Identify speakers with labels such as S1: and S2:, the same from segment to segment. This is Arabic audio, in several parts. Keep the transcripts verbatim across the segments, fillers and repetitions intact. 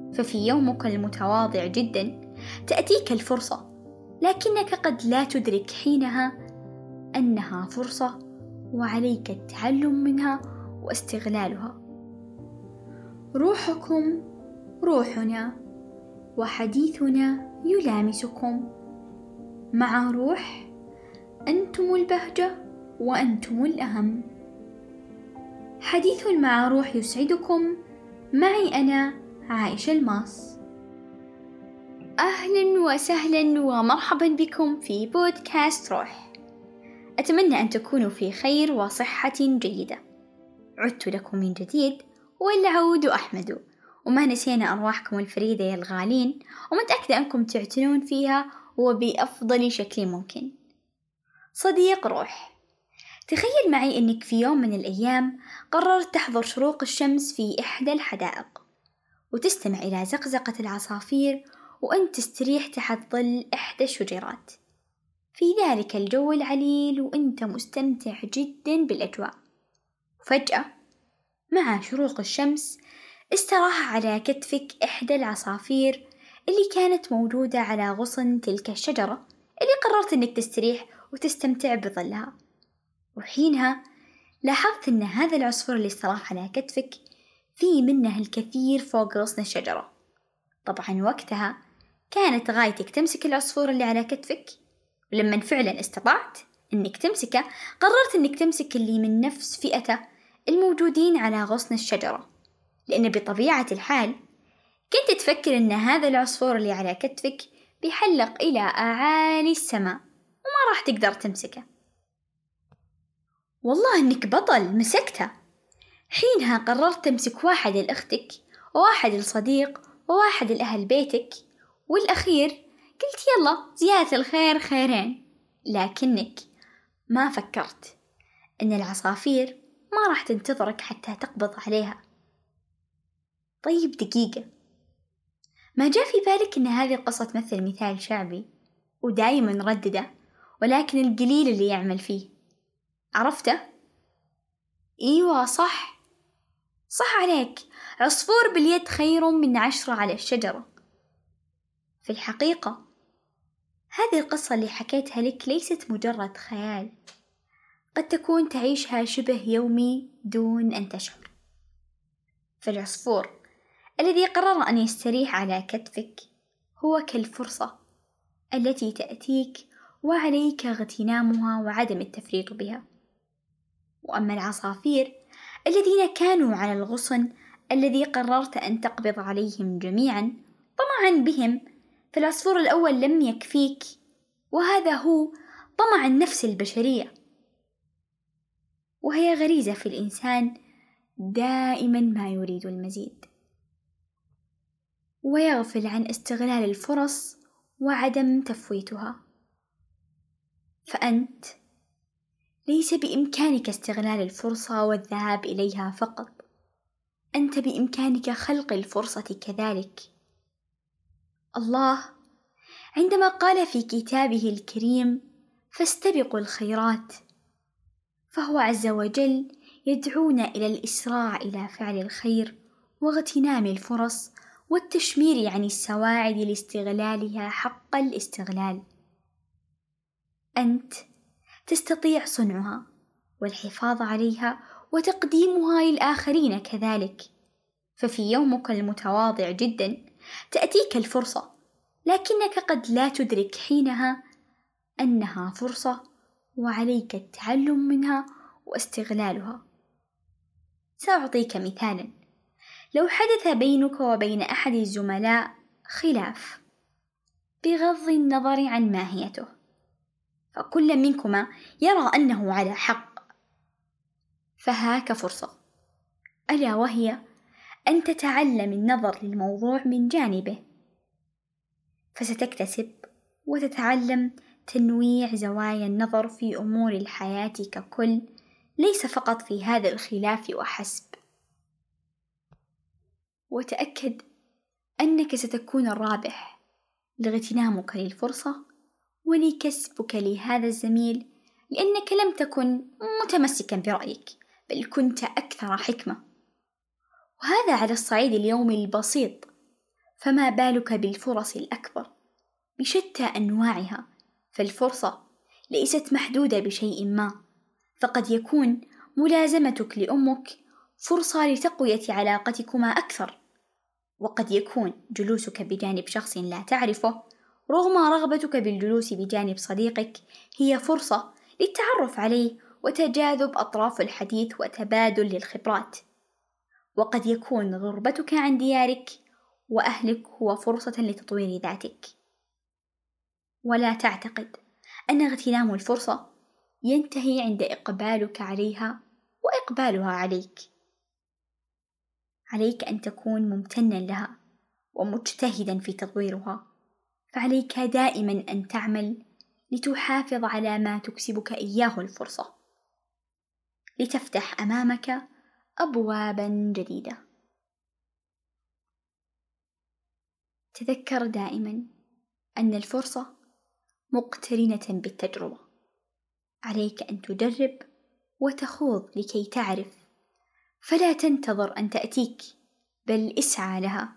S1: ففي يومك المتواضع جدا تأتيك الفرصة، لكنك قد لا تدرك حينها أنها فرصة وعليك التعلم منها واستغلالها. روحكم روحنا وحديثنا يلامسكم. مع روح أنتم البهجة وأنتم الأهم. حديث مع روح يسعدكم، معي أنا عائشة الماس. أهلا وسهلا ومرحبا بكم في بودكاست روح. أتمنى أن تكونوا في خير وصحة جيدة. عدت لكم من جديد والعود أحمد، وما نسينا أرواحكم الفريدة يا الغالين، ومتأكدة أنكم تعتنون فيها وبأفضل شكل ممكن. صديق روح، تخيل معي أنك في يوم من الأيام قررت تحضر شروق الشمس في إحدى الحدائق، وتستمع إلى زقزقة العصافير وأنت تستريح تحت ظل إحدى الشجيرات في ذلك الجو العليل، وأنت مستمتع جدا بالأجواء. وفجأة مع شروق الشمس استراح على كتفك إحدى العصافير اللي كانت موجودة على غصن تلك الشجرة اللي قررت أنك تستريح وتستمتع بظلها. وحينها لاحظت أن هذا العصفور اللي استراح على كتفك في منه الكثير فوق غصن الشجرة. طبعا وقتها كانت غايتك تمسك العصفور اللي على كتفك، ولما فعلا استطعت أنك تمسكه قررت أنك تمسك اللي من نفس فئته الموجودين على غصن الشجرة، لأن بطبيعة الحال كنت تفكر أن هذا العصفور اللي على كتفك بيحلق إلى أعالي السماء وما راح تقدر تمسكه. والله أنك بطل، مسكته. حينها قررت تمسك واحد لأختك وواحد لصديق وواحد لأهل بيتك، والأخير قلت يلا زيادة الخير خيرين. لكنك ما فكرت أن العصافير ما راح تنتظرك حتى تقبض عليها. طيب دقيقة، ما جاء في بالك أن هذه القصة تمثل مثال شعبي ودايما نردده، ولكن القليل اللي يعمل فيه؟ عرفته؟ ايوه صح صح عليك، عصفور باليد خير من عشرة على الشجرة. في الحقيقة هذه القصة اللي حكيتها لك ليست مجرد خيال، قد تكون تعيشها شبه يومي دون أن تشعر. فالعصفور الذي قرر أن يستريح على كتفك هو كالفرصة التي تأتيك وعليك اغتنامها وعدم التفريط بها. وأما العصافير الذين كانوا على الغصن الذي قررت أن تقبض عليهم جميعا طمعا بهم، فالعصفور الأول لم يكفيك، وهذا هو طمع النفس البشرية، وهي غريزة في الإنسان دائما ما يريد المزيد، ويغفل عن استغلال الفرص وعدم تفويتها. فأنت ليس بإمكانك استغلال الفرصة والذهاب إليها فقط، أنت بإمكانك خلق الفرصة كذلك. الله عندما قال في كتابه الكريم فاستبقوا الخيرات، فهو عز وجل يدعونا إلى الإسراع إلى فعل الخير واغتنام الفرص والتشمير عن السواعد لاستغلالها حق الاستغلال. أنت تستطيع صنعها والحفاظ عليها وتقديمها للآخرين كذلك. ففي يومك المتواضع جدا تأتيك الفرصة، لكنك قد لا تدرك حينها أنها فرصة وعليك التعلم منها واستغلالها. سأعطيك مثالا. لو حدث بينك وبين أحد الزملاء خلاف بغض النظر عن ماهيته، فكل منكما يرى أنه على حق، فهاك فرصة، ألا وهي أن تتعلم النظر للموضوع من جانبه، فستكتسب وتتعلم تنويع زوايا النظر في أمور الحياة ككل، ليس فقط في هذا الخلاف وحسب. وتأكد أنك ستكون الرابح لاغتنامك للفرصة ولكسبك لهذا الزميل، لأنك لم تكن متمسكا برأيك بل كنت أكثر حكمة. وهذا على الصعيد اليومي البسيط. فما بالك بالفرص الأكبر بشتى أنواعها؟ فالفرصة ليست محدودة بشيء ما، فقد يكون ملازمتك لأمك فرصة لتقوية علاقتكما أكثر، وقد يكون جلوسك بجانب شخص لا تعرفه رغم رغبتك بالجلوس بجانب صديقك هي فرصة للتعرف عليه وتجاذب أطراف الحديث وتبادل للخبرات، وقد يكون غربتك عن ديارك وأهلك هو فرصة لتطوير ذاتك. ولا تعتقد أن اغتنام الفرصة ينتهي عند إقبالك عليها وإقبالها عليك. عليك أن تكون ممتنا لها ومجتهدا في تطويرها، فعليك دائما أن تعمل لتحافظ على ما تكسبك إياه الفرصة، لتفتح أمامك أبوابا جديدة. تذكر دائما أن الفرصة مقترنة بالتجربة، عليك أن تجرب وتخوض لكي تعرف، فلا تنتظر أن تأتيك بل اسعى لها.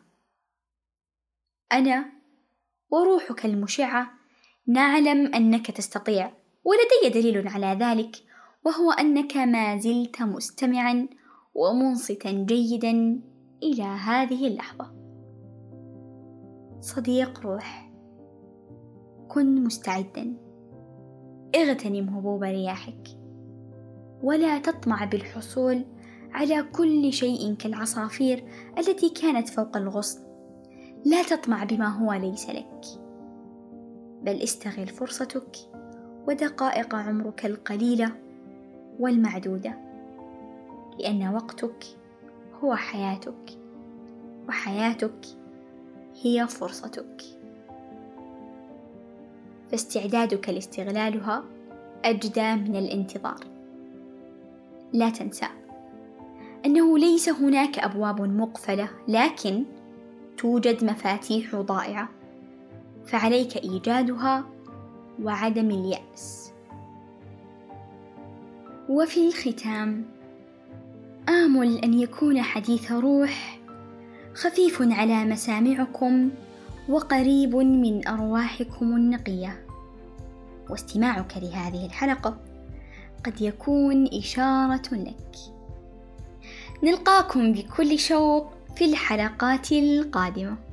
S1: أنا وروحك المشعة نعلم أنك تستطيع، ولدي دليل على ذلك، وهو أنك ما زلت مستمعا ومنصتا جيدا إلى هذه اللحظة. صديق روح، كن مستعدا، اغتنم هبوب رياحك، ولا تطمع بالحصول على كل شيء كالعصافير التي كانت فوق الغصن. لا تطمع بما هو ليس لك، بل استغل فرصتك ودقائق عمرك القليلة والمعدودة، لأن وقتك هو حياتك، وحياتك هي فرصتك، فاستعدادك لاستغلالها أجدى من الانتظار. لا تنسى أنه ليس هناك أبواب مقفلة، لكن توجد مفاتيح ضائعة، فعليك إيجادها وعدم اليأس. وفي الختام آمل أن يكون حديث روح خفيف على مسامعكم وقريب من أرواحكم النقية، واستماعك لهذه الحلقة قد يكون إشارة لك. نلقاكم بكل شوق في الحلقات القادمة.